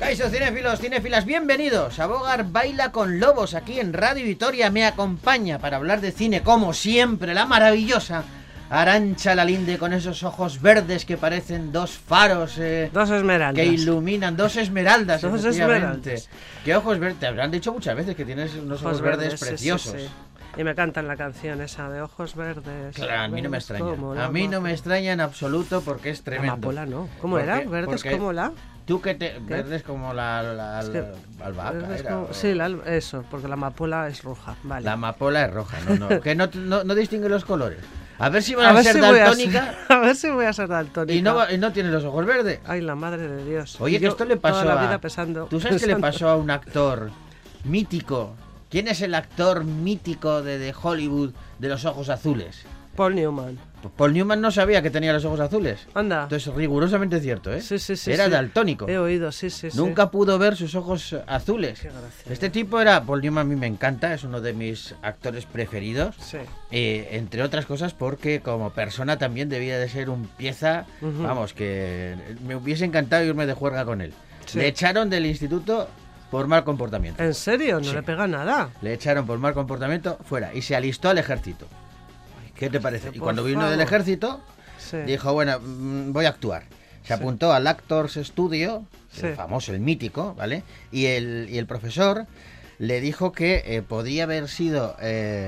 Caixo, cinéfilos, cinéfilas, bienvenidos a Bogart Baila con Lobos. Aquí en Radio Vitoria me acompaña para hablar de cine, como siempre, la maravillosa Arantxa Lalinde, con esos ojos verdes que parecen dos faros, dos esmeraldas que iluminan, dos esmeraldas. Dos esmeraldas. ¿Qué ojos verdes? Te habrán dicho muchas veces que tienes unos ojos verdes preciosos. Sí. Y me cantan la canción esa de ojos verdes. Claro, a mí no me extraña. A mí no me extraña en absoluto porque es tremendo. La amapola no. ¿Cómo era? ¿Verdes como la? Tú que te... Verdes como la albahaca. Sí, eso, porque la amapola es roja. Vale. La amapola es roja, que no distingue los colores. A ver si vas a ser daltónica. A ver si voy a ser daltónica. Y no tienes los ojos verdes. Ay, la madre de Dios. Oye, que esto le pasó toda la vida pesando. ¿Tú sabes qué le pasó a un actor mítico? ¿Quién es el actor mítico de Hollywood de los ojos azules? Paul Newman. Paul Newman no sabía que tenía los ojos azules. Anda. Entonces, rigurosamente cierto, ¿eh? Sí. Era daltónico. He oído, sí. Nunca pudo ver sus ojos azules. Qué gracia. Este tipo era... Paul Newman a mí me encanta, es uno de mis actores preferidos. Sí. Entre otras cosas porque como persona también debía de ser un pieza... Vamos, que me hubiese encantado irme de juerga con él. Sí. Le echaron del instituto por mal comportamiento. ¿En serio? ¿No Sí. le pega nada? Le echaron por mal comportamiento fuera y se alistó al ejército. ¿Qué te parece? Y cuando vino favor. del ejército, Sí. dijo, bueno, voy a actuar. Se apuntó al Actors Studio, Sí. el famoso, el mítico, ¿vale? Y el profesor le dijo que podría haber sido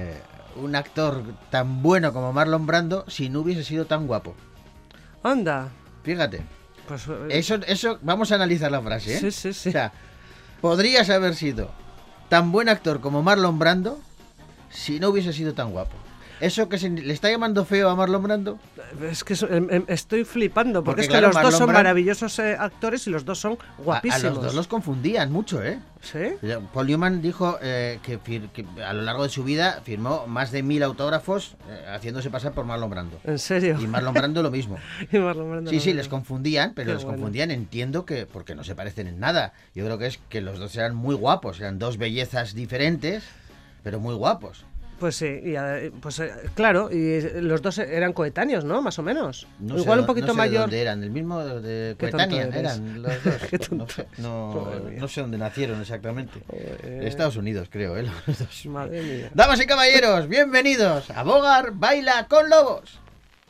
un actor tan bueno como Marlon Brando si no hubiese sido tan guapo. Anda. Fíjate. Pues, Eso, vamos a analizar la frase, ¿eh? Sí. O sea, podrías haber sido tan buen actor como Marlon Brando si no hubiese sido tan guapo. ¿Eso que le está llamando feo a Marlon Brando? Es que estoy flipando, porque es que claro, los dos Marlon son Brando... maravillosos actores y los dos son guapísimos. A los dos los confundían mucho, ¿eh? ¿Sí? Paul Newman dijo que a lo largo de su vida firmó más de 1000 autógrafos haciéndose pasar por Marlon Brando. ¿En serio? Y Marlon Brando lo mismo. Y Marlon Brando Sí, les confundían, pero Qué les bueno. confundían, entiendo que porque no se parecen en nada. Yo creo que es que los dos eran muy guapos, eran dos bellezas diferentes, pero muy guapos. Pues sí, claro, y los dos eran coetáneos, ¿no? Más o menos. No Igual sé, un poquito no sé mayor. De dónde eran, el mismo de Qué Coetánea tonto eres. eran los dos. Qué tonto. No sé dónde nacieron exactamente. Estados Unidos, creo, ¿eh? Los dos. Madre mía. Damas y caballeros, bienvenidos a Bogart Baila con Lobos.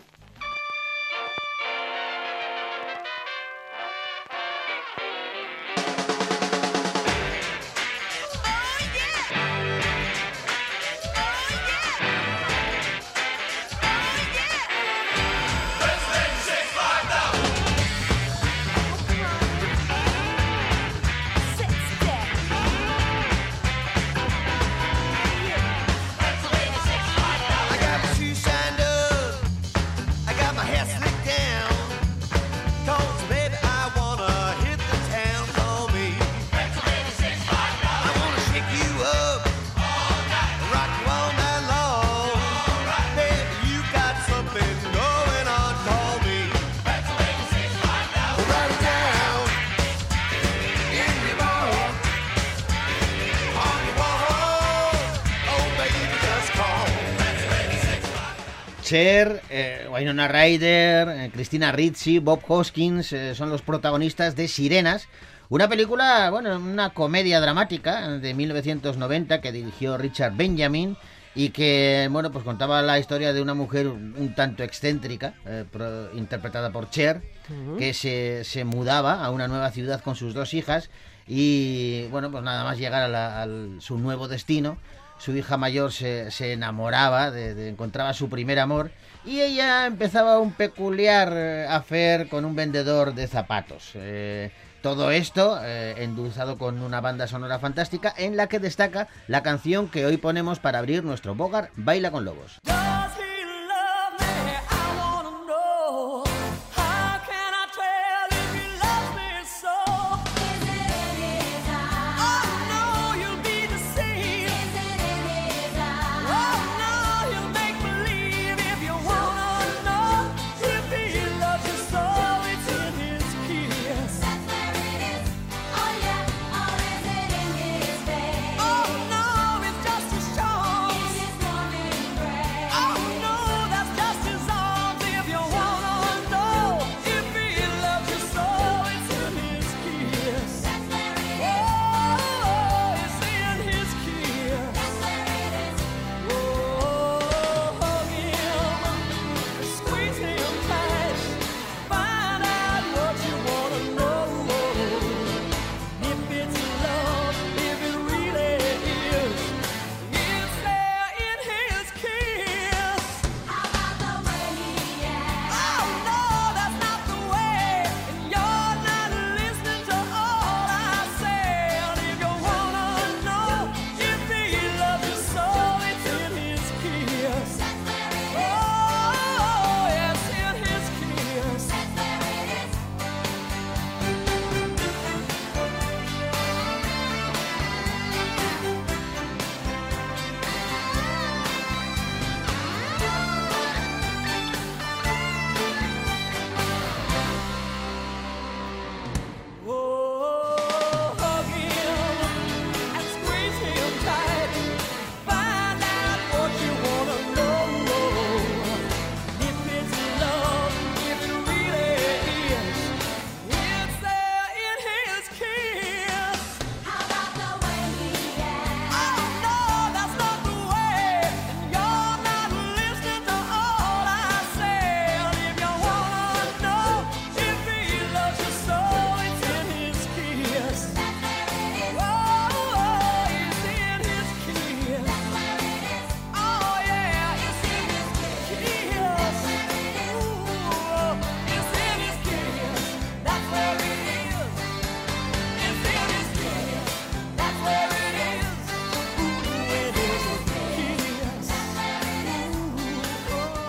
Cher, Winona Ryder, Christina Ricci, Bob Hoskins son los protagonistas de Sirenas, una película, bueno, una comedia dramática de 1990 que dirigió Richard Benjamin y que, bueno, pues contaba la historia de una mujer un tanto excéntrica, interpretada por Cher, que se mudaba a una nueva ciudad con sus dos hijas y, bueno, pues nada más llegar a su nuevo destino, su hija mayor se enamoraba, encontraba su primer amor y ella empezaba un peculiar affair con un vendedor de zapatos. Todo esto endulzado con una banda sonora fantástica en la que destaca la canción que hoy ponemos para abrir nuestro Bogart Baila con Lobos.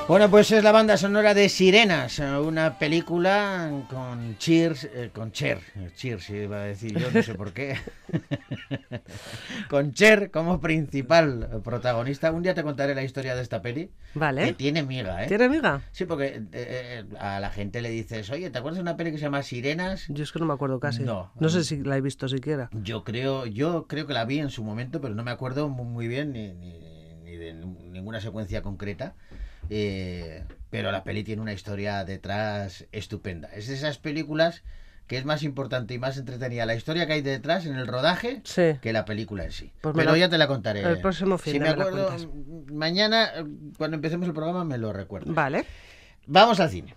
Bueno, pues es la banda sonora de Sirenas, una película con Cher, iba a decir yo, no sé por qué, con Cher como principal protagonista. Un día te contaré la historia de esta peli, Vale. que tiene miga, ¿eh? ¿Tiene miga? Sí, porque a la gente le dices, oye, ¿te acuerdas de una peli que se llama Sirenas? Yo es que no me acuerdo casi. No. No sé si la he visto siquiera. Yo creo que la vi en su momento, pero no me acuerdo muy bien ni de ninguna secuencia concreta. Pero la peli tiene una historia detrás estupenda. Es de esas películas que es más importante y más entretenida la historia que hay detrás en el rodaje que la película en sí. Pues pero ya te la contaré. El próximo fin si de me me acuerdo, la cuentas. Mañana, cuando empecemos el programa, me lo recuerdo. Vale. Vamos al cine.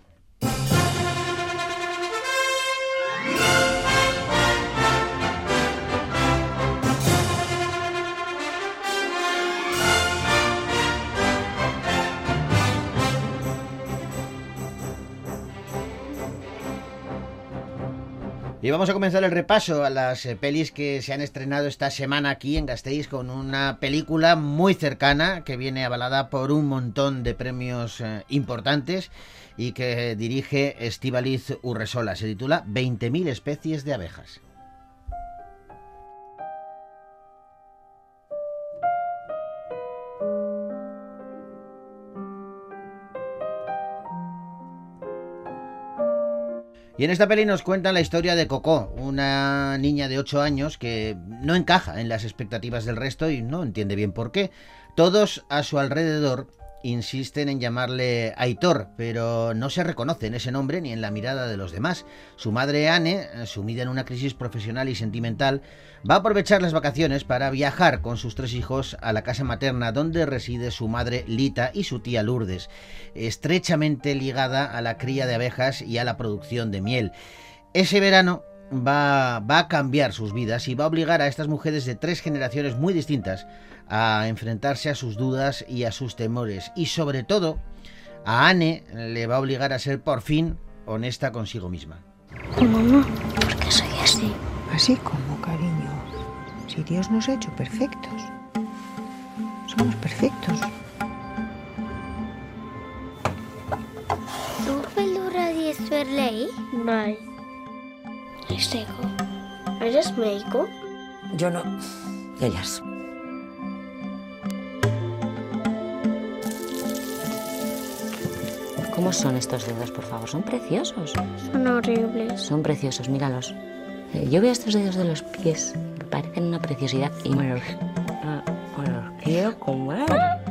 Y vamos a comenzar el repaso a las pelis que se han estrenado esta semana aquí en Gasteiz con una película muy cercana que viene avalada por un montón de premios importantes y que dirige Estíbaliz Urresola. Se titula 20.000 especies de abejas. Y en esta peli nos cuentan la historia de Coco, una niña de 8 años que no encaja en las expectativas del resto y no entiende bien por qué. Todos a su alrededor insisten en llamarle Aitor, pero no se reconoce en ese nombre ni en la mirada de los demás. Su madre Anne, sumida en una crisis profesional y sentimental, va a aprovechar las vacaciones para viajar con sus 3 hijos a la casa materna donde reside su madre Lita y su tía Lourdes, estrechamente ligada a la cría de abejas y a la producción de miel. Ese verano va a cambiar sus vidas y va a obligar a estas mujeres de 3 generaciones muy distintas a enfrentarse a sus dudas y a sus temores. Y sobre todo, a Anne le va a obligar a ser por fin honesta consigo misma. Mamá, ¿por qué soy así? Así como, cariño. Si Dios nos ha hecho perfectos. Somos perfectos. ¿Tú peluradies per ley? Bai. Esteko. ¿Eres médico? Yo no. Ellas. ¿Cómo son estos dedos, por favor? Son preciosos. Son horribles. Son preciosos, míralos. Yo veo estos dedos de los pies. Me parecen una preciosidad y me los quiero comer.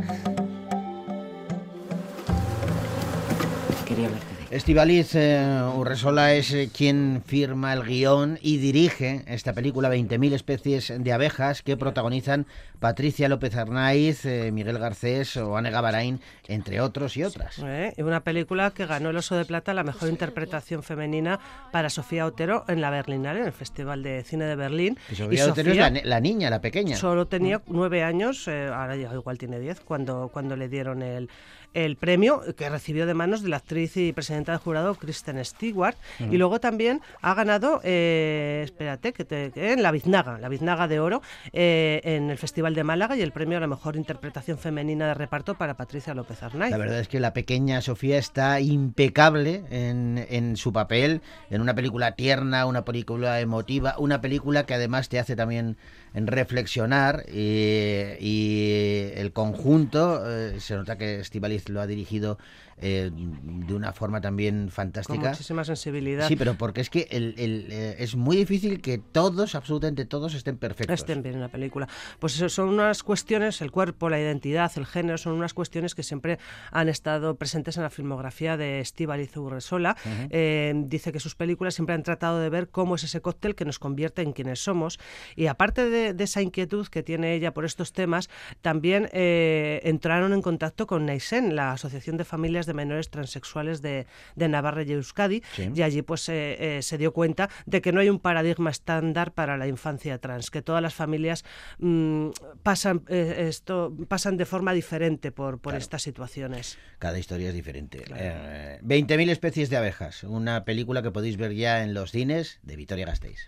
Quería hablarte de... Estíbaliz Urresola es quien firma el guión y dirige esta película 20.000 especies de abejas que protagonizan Patricia López Arnaiz, Miguel Garcés o Anne Gavarain, entre otros y otras. Una película que ganó el Oso de Plata la mejor interpretación femenina para Sofía Otero en la Berlinale, en el Festival de Cine de Berlín. Y Sofía Otero es la niña, la pequeña. Solo tenía 9 años, ahora ya igual tiene 10, cuando le dieron el premio que recibió de manos de la actriz y presidenta del jurado Kristen Stewart. Y luego también ha ganado en la Biznaga de Oro en el Festival de Málaga y el premio a la mejor interpretación femenina de reparto para Patricia López Arnaiz. La verdad es que la pequeña Sofía está impecable en su papel, en una película tierna, una película emotiva, una película que además te hace también reflexionar y el conjunto, se nota que Estíbaliz lo ha dirigido de una forma también fantástica. Con muchísima sensibilidad. Sí, pero porque es que es muy difícil que todos, absolutamente todos, estén perfectos. Estén bien en la película. Pues eso son unas cuestiones, el cuerpo, la identidad, el género, son unas cuestiones que siempre han estado presentes en la filmografía de Estíbaliz Urresola. Dice que sus películas siempre han tratado de ver cómo es ese cóctel que nos convierte en quienes somos. Y aparte de esa inquietud que tiene ella por estos temas, también entraron en contacto con Neisen, la Asociación de Familias de Menores Transexuales de Navarra y Euskadi, y allí pues se dio cuenta de que no hay un paradigma estándar para la infancia trans, que todas las familias pasan de forma diferente por estas situaciones. Cada historia es diferente. Claro. 20.000 especies de abejas, una película que podéis ver ya en los cines de Vitoria-Gasteiz.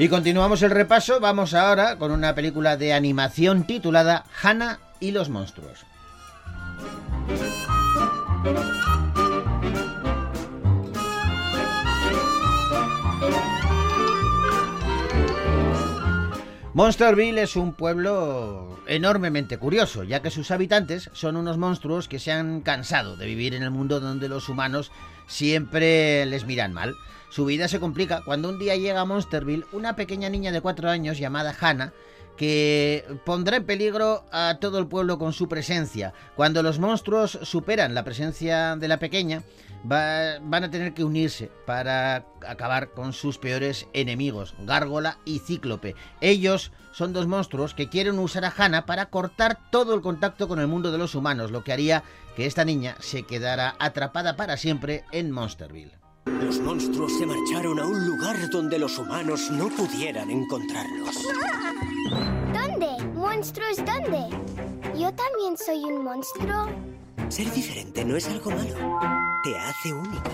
Y continuamos el repaso, vamos ahora con una película de animación titulada Hannah y los monstruos. Monsterville es un pueblo enormemente curioso, ya que sus habitantes son unos monstruos que se han cansado de vivir en el mundo donde los humanos siempre les miran mal. Su vida se complica cuando un día llega a Monsterville una pequeña niña de 4 años llamada Hannah, que pondrá en peligro a todo el pueblo con su presencia. Cuando los monstruos superan la presencia de la pequeña, van a tener que unirse para acabar con sus peores enemigos, Gárgola y Cíclope. Ellos son 2 monstruos que quieren usar a Hannah para cortar todo el contacto con el mundo de los humanos, lo que haría que esta niña se quedara atrapada para siempre en Monsterville. Los monstruos se marcharon a un lugar donde los humanos no pudieran encontrarlos. ¿Dónde? ¿Monstruos dónde? ¿Yo también soy un monstruo? Ser diferente no es algo malo. Te hace único.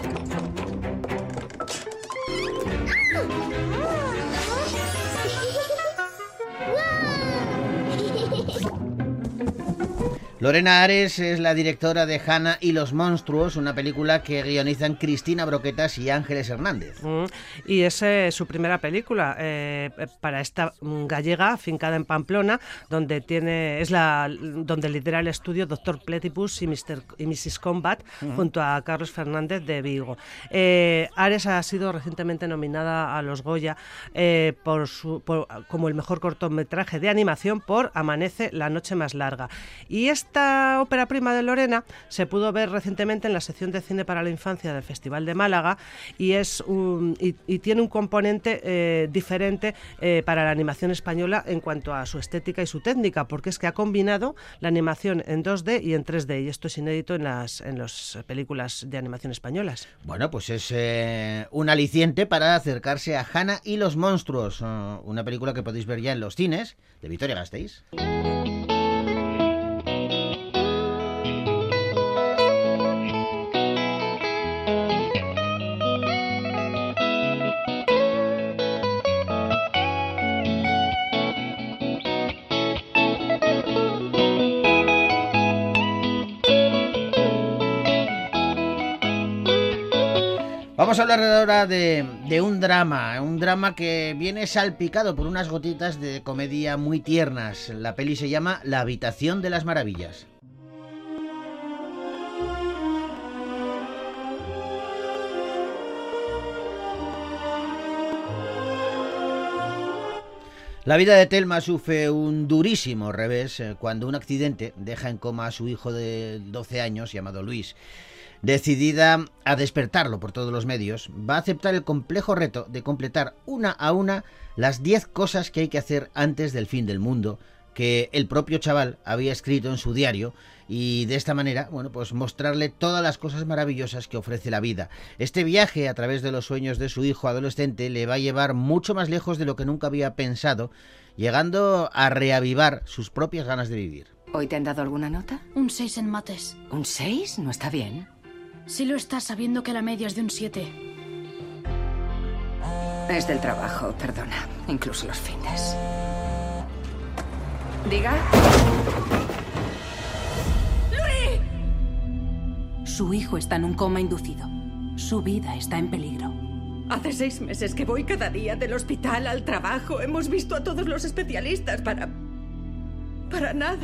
Lorena Ares es la directora de Hannah y los monstruos, una película que guionizan Cristina Broquetas y Ángeles Hernández. Y es su primera película para esta gallega afincada en Pamplona, donde donde lidera el estudio Dr. Platypus y Mrs. Combat, junto a Carlos Fernández de Vigo. Ares ha sido recientemente nominada a los Goya como el mejor cortometraje de animación por Amanece la noche más larga. Y esta ópera prima de Lorena se pudo ver recientemente en la sección de cine para la infancia del Festival de Málaga y tiene un componente diferente para la animación española en cuanto a su estética y su técnica, porque es que ha combinado la animación en 2D y en 3D, y esto es inédito en las películas de animación españolas. Bueno, pues es un aliciente para acercarse a Hannah y los monstruos, una película que podéis ver ya en los cines de Vitoria-Gasteiz. Vamos a hablar ahora de un drama que viene salpicado por unas gotitas de comedia muy tiernas. La peli se llama La habitación de las maravillas. La vida de Thelma sufre un durísimo revés cuando un accidente deja en coma a su hijo de 12 años llamado Luis. Decidida a despertarlo por todos los medios, va a aceptar el complejo reto de completar una a una las 10 cosas que hay que hacer antes del fin del mundo, que el propio chaval había escrito en su diario, y de esta manera, bueno, pues mostrarle todas las cosas maravillosas que ofrece la vida. Este viaje a través de los sueños de su hijo adolescente le va a llevar mucho más lejos de lo que nunca había pensado, llegando a reavivar sus propias ganas de vivir. ¿Hoy te han dado alguna nota? Un 6 en mates. ¿Un 6? No está bien. Sí lo estás, sabiendo que la media es de un 7. Es del trabajo, perdona. Incluso los fines. ¿Diga? ¡Luis! Su hijo está en un coma inducido. Su vida está en peligro. Hace 6 meses que voy cada día del hospital al trabajo. Hemos visto a todos los especialistas para nada.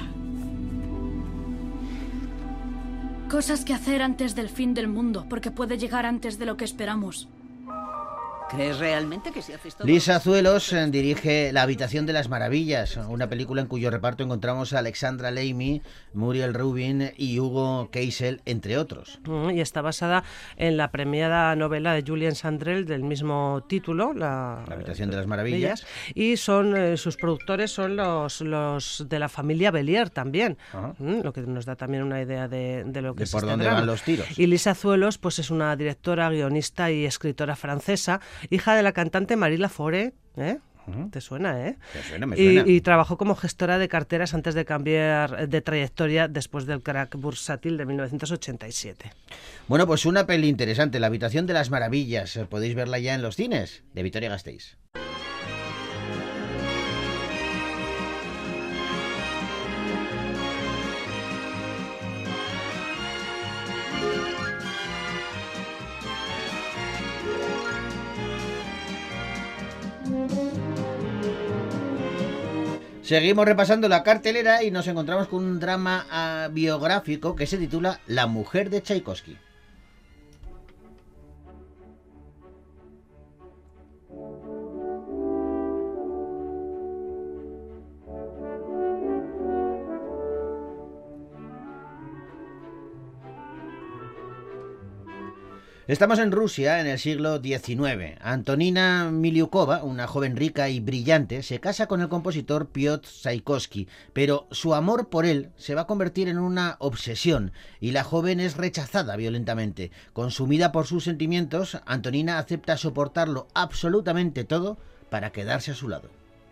Cosas que hacer antes del fin del mundo, porque puede llegar antes de lo que esperamos. ¿Crees realmente que si haces todo? Lisa Azuelos dirige La habitación de las maravillas, una película en cuyo reparto encontramos a Alexandra Lamy, Muriel Rubin y Hugo Keisel, entre otros. Y está basada en la premiada novela de Julien Sandrel del mismo título, La habitación de las maravillas. Y sus productores son los de la familia Bellier también, lo que nos da también una idea de lo que es por este dónde drama. van los tiros. Y Lisa Azuelos pues es una directora, guionista y escritora francesa, hija de la cantante Marie Laforêt, ¿eh? ¿Te suena, eh? Me suena. Y trabajó como gestora de carteras antes de cambiar de trayectoria después del crack bursátil de 1987. Bueno, pues una peli interesante, La habitación de las maravillas. Podéis verla ya en los cines de Vitoria-Gasteiz. Seguimos repasando la cartelera y nos encontramos con un drama biográfico que se titula La mujer de Tchaikovsky. Estamos en Rusia en el siglo XIX. Antonina Miliukova, una joven rica y brillante, se casa con el compositor Piotr Tchaikovsky, pero su amor por él se va a convertir en una obsesión y la joven es rechazada violentamente. Consumida por sus sentimientos, Antonina acepta soportarlo absolutamente todo para quedarse a su lado.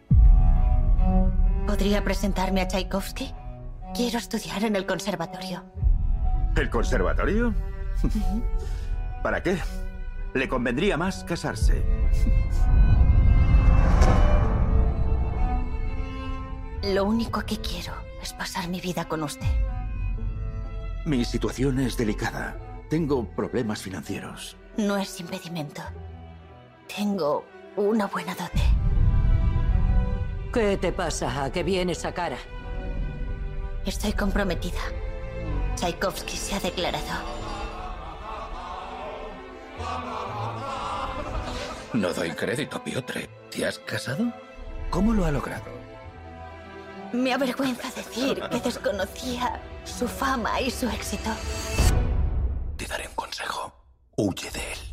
¿Podría presentarme a Tchaikovsky? Quiero estudiar en el conservatorio. ¿El conservatorio? ¿Para qué? Le convendría más casarse. Lo único que quiero es pasar mi vida con usted. Mi situación es delicada. Tengo problemas financieros. No es impedimento. Tengo una buena dote. ¿Qué te pasa? ¿A qué viene esa cara? Estoy comprometida. Tchaikovsky se ha declarado. No doy crédito, Piotr. ¿Te has casado? ¿Cómo lo ha logrado? Me avergüenza decir que desconocía su fama y su éxito. Te daré un consejo. Huye de él.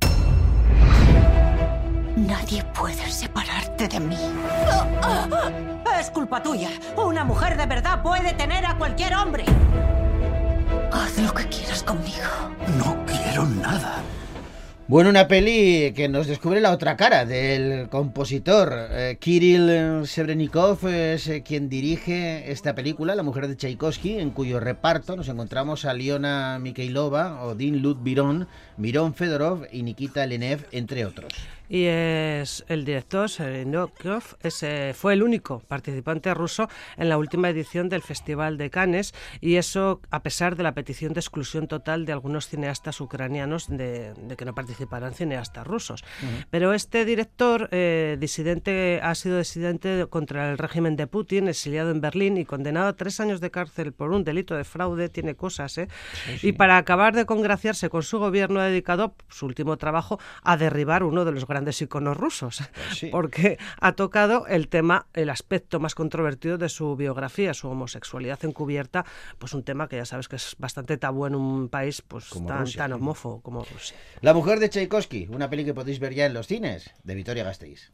Nadie puede separarte de mí. Es culpa tuya. Una mujer de verdad puede tener a cualquier hombre. Haz lo que quieras conmigo. No quiero nada. Bueno, una peli que nos descubre la otra cara del compositor. Kirill Serebrennikov es quien dirige esta película, La mujer de Tchaikovsky, en cuyo reparto nos encontramos a Liona Mikhailova, Odin Ludviron, Miron Fedorov y Nikita Lenev, entre otros. Y es el director, Serebrennikov, fue el único participante ruso en la última edición del Festival de Cannes, y eso a pesar de la petición de exclusión total de algunos cineastas ucranianos de que no participaran cineastas rusos. Pero este director disidente ha sido disidente contra el régimen de Putin, exiliado en Berlín y condenado a 3 años de cárcel por un delito de fraude. Tiene cosas, ¿eh? Sí. Y para acabar de congraciarse con su gobierno, ha dedicado su último trabajo a derribar uno de los grandes iconos rusos, porque ha tocado el tema, el aspecto más controvertido de su biografía, su homosexualidad encubierta, pues un tema que ya sabes que es bastante tabú en un país pues tan homófobo como Rusia. La mujer de Tchaikovsky, una peli que podéis ver ya en los cines, de Vitoria Gasteiz.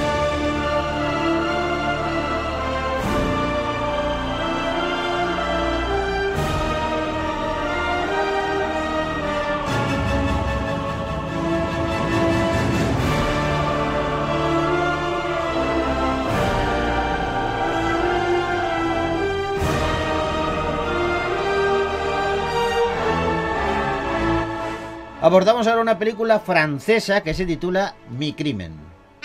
Abordamos ahora una película francesa que se titula Mi crimen.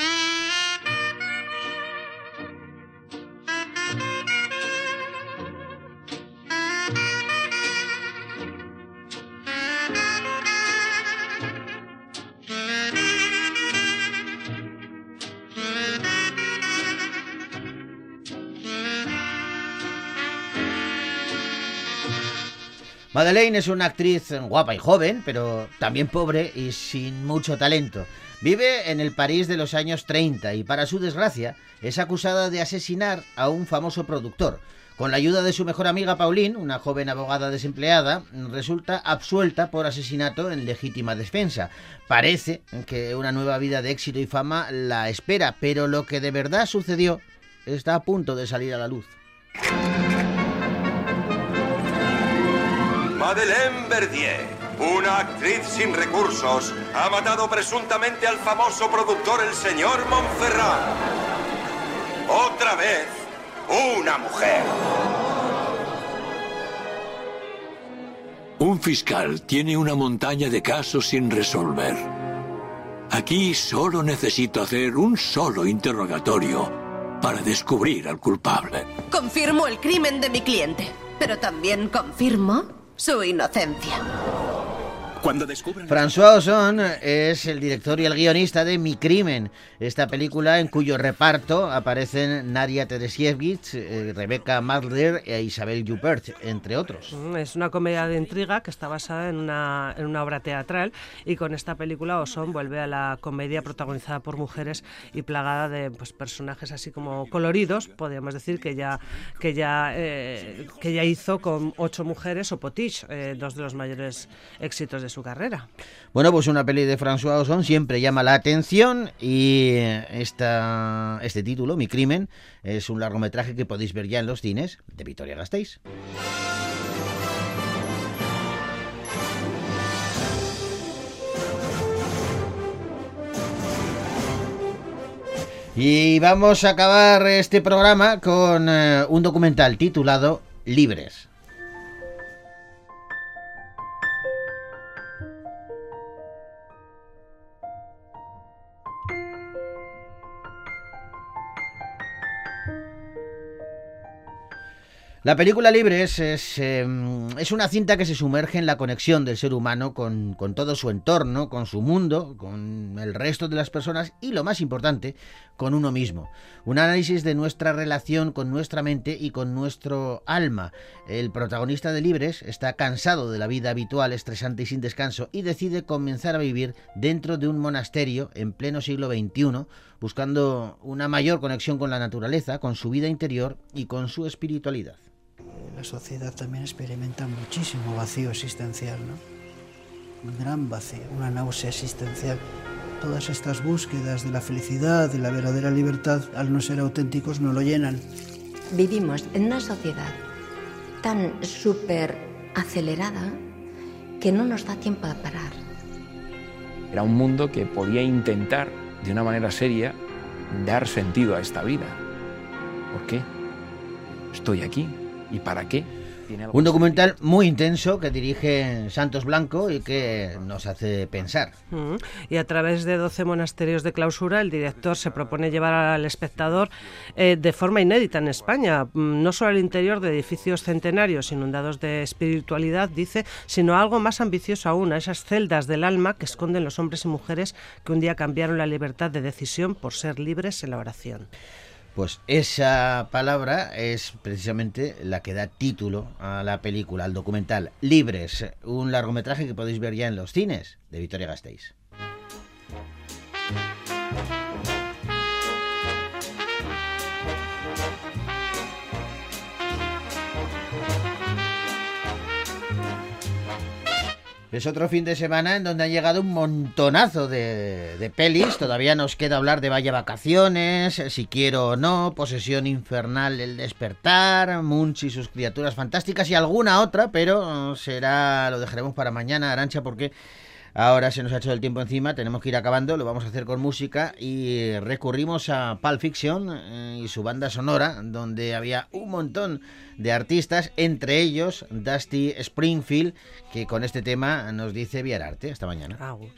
Madeleine es una actriz guapa y joven, pero también pobre y sin mucho talento. Vive en el París de los años 30 y, para su desgracia, es acusada de asesinar a un famoso productor. Con la ayuda de su mejor amiga Pauline, una joven abogada desempleada, resulta absuelta por asesinato en legítima defensa. Parece que una nueva vida de éxito y fama la espera, pero lo que de verdad sucedió está a punto de salir a la luz. Madeleine Verdier, una actriz sin recursos, ha matado presuntamente al famoso productor el señor Montferrand. Otra vez, una mujer. Un fiscal tiene una montaña de casos sin resolver. Aquí solo necesito hacer un solo interrogatorio para descubrir al culpable. Confirmo el crimen de mi cliente, pero también confirmo su inocencia. Cuando descubran... François Ozon es el director y el guionista de Mi Crimen, esta película en cuyo reparto aparecen Nadia Teresievich, Rebecca Marder e Isabelle Huppert, entre otros. Es una comedia de intriga que está basada en una obra teatral, y con esta película Ozon vuelve a la comedia protagonizada por mujeres y plagada de personajes así como coloridos, podríamos decir, que ya hizo con 8 mujeres o Potiche, dos de los mayores éxitos de su carrera. Bueno, pues una peli de François Ozon siempre llama la atención, y este título, Mi Crimen, es un largometraje que podéis ver ya en los cines de Vitoria-Gasteiz. Y vamos a acabar este programa con un documental titulado Libres. La película Libres es una cinta que se sumerge en la conexión del ser humano con todo su entorno, con su mundo, con el resto de las personas y, lo más importante, con uno mismo. Un análisis de nuestra relación con nuestra mente y con nuestro alma. El protagonista de Libres está cansado de la vida habitual, estresante y sin descanso, y decide comenzar a vivir dentro de un monasterio en pleno siglo XXI, buscando una mayor conexión con la naturaleza, con su vida interior y con su espiritualidad. La sociedad también experimenta muchísimo vacío existencial, ¿no? Un gran vacío, una náusea existencial. Todas estas búsquedas de la felicidad, de la verdadera libertad, al no ser auténticos, no lo llenan. Vivimos en una sociedad tan súper acelerada que no nos da tiempo a parar. Era un mundo que podía intentar, de una manera seria, dar sentido a esta vida. ¿Por qué estoy aquí? ¿Y para qué? Un documental muy intenso que dirige Santos Blanco y que nos hace pensar. Y a través de 12 monasterios de clausura, el director se propone llevar al espectador de forma inédita en España, no solo al interior de edificios centenarios inundados de espiritualidad, dice, sino algo más ambicioso aún, a esas celdas del alma que esconden los hombres y mujeres que un día cambiaron la libertad de decisión por ser libres en la oración. Pues esa palabra es precisamente la que da título a la película, al documental Libres, un largometraje que podéis ver ya en los cines de Vitoria-Gasteiz. Es otro fin de semana en donde han llegado un montonazo de pelis. Todavía nos queda hablar de Vaya Vacaciones, Si quiero o no, Posesión infernal, El despertar, Munch y sus criaturas fantásticas y alguna otra, pero lo dejaremos para mañana, Arantxa, porque ahora se nos ha hecho el tiempo encima, tenemos que ir acabando, lo vamos a hacer con música y recurrimos a Pulp Fiction y su banda sonora, donde había un montón de artistas, entre ellos Dusty Springfield, que con este tema nos dice Viararte. Hasta mañana. Agur.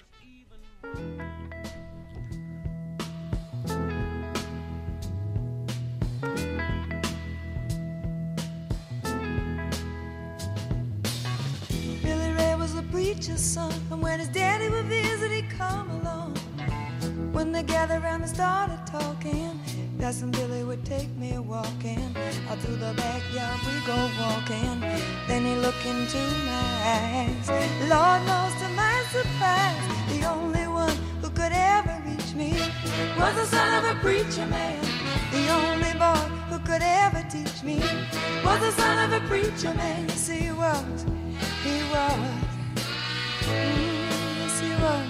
Preacher's son, and when his daddy would visit, he'd come along. When they gathered around and started talking, Cousin Billy would take me walking. Out through the backyard we go walking. Then he looked into my eyes. Lord knows to my surprise, the only one who could ever reach me was the son of a preacher man. The only boy who could ever teach me was the son of a preacher man. Yes, he was. Yes, he was.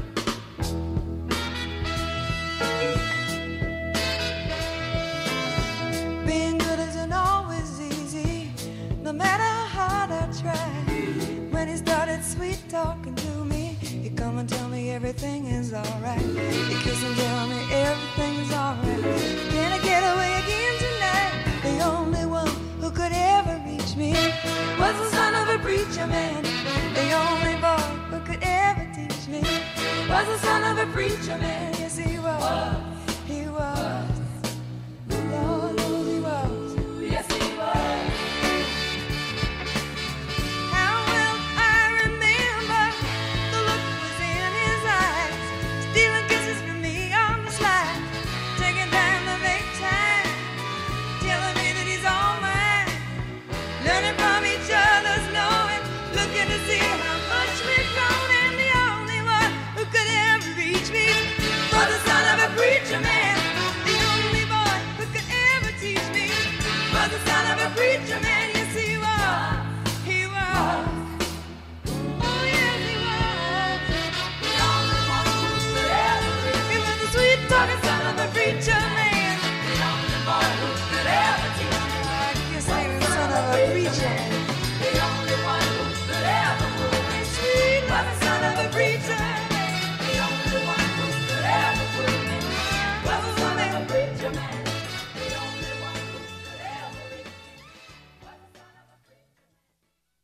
Being good isn't always easy, no matter how hard I try. When he started sweet talking to me, he'd come and tell me everything is alright. He'd kiss and tell me everything is alright. Can I get away again tonight? The only one who could ever reach me was the son of a preacher man. The only boy who could ever teach me was the son of a preacher man. Yes, he was.